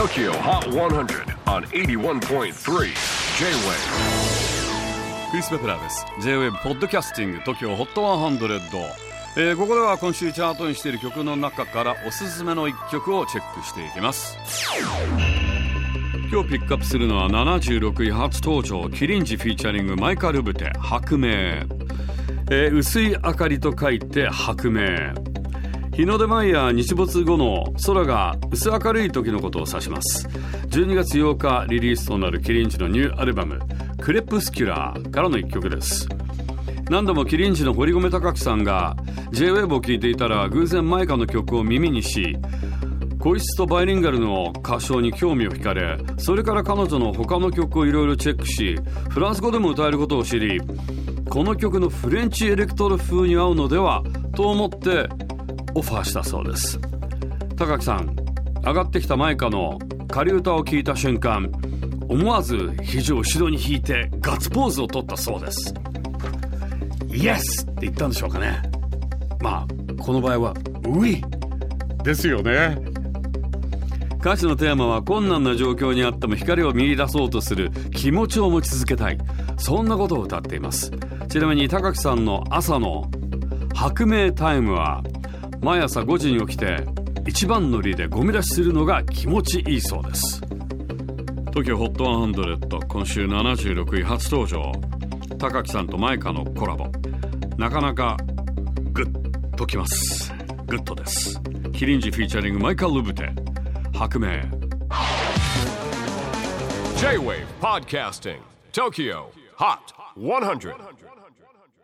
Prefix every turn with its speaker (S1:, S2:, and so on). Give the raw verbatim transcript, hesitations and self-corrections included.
S1: Tokyo Hot one hundred on エイティワンポイントスリー J-Wave。
S2: クリス・ベプラーです。 J-Wave ポッドキャスティング Tokyo Hot ワンハンドレッド、えー、ここでは今週チャートにしている曲の中からおすすめのいっきょくをチェックしていきます。今日ピックアップするのはななじゅうろくい初登場、キリンジフィーチャリングマイカ・ルブテ、白明、えー、薄い明かりと書いて白明。日の出前や日没後の空が薄明るい時のことを指します。じゅうにがつようかリリースとなるキリンジのニューアルバムクレプスキュラーからのいっきょくです。何度もキリンジの堀米貴樹さんが J-Wave を聴いていたら偶然マイカの曲を耳にし、声質とバイリンガルの歌唱に興味を惹かれ、それから彼女の他の曲をいろいろチェックし、フランス語でも歌えることを知り、この曲のフレンチエレクトロ風に合うのではと思ってオファーしたそうです。高木さん、上がってきたマイカの仮歌を聴いた瞬間、思わず肘を後ろに引いてガッツポーズを取ったそうです。イエスって言ったんでしょうかね。まあこの場合はウィですよね。歌詞のテーマは困難な状況にあっても光を見出そうとする気持ちを持ち続けたい、そんなことを歌っています。ちなみに高木さんの朝の白明タイムは毎朝ごじに起きて一番乗りでゴミ出しするのが気持ちいいそうです。 Tokyo Hot ワンハンドレッド、今週ななじゅうろくい初登場、高木さんとマイカのコラボ、なかなかグッときます。グッドです。キリンジフィーチャリングマイカ・ルブテ、白明。
S1: J-Wave Podcasting Tokyo Hot ワンハンドレッド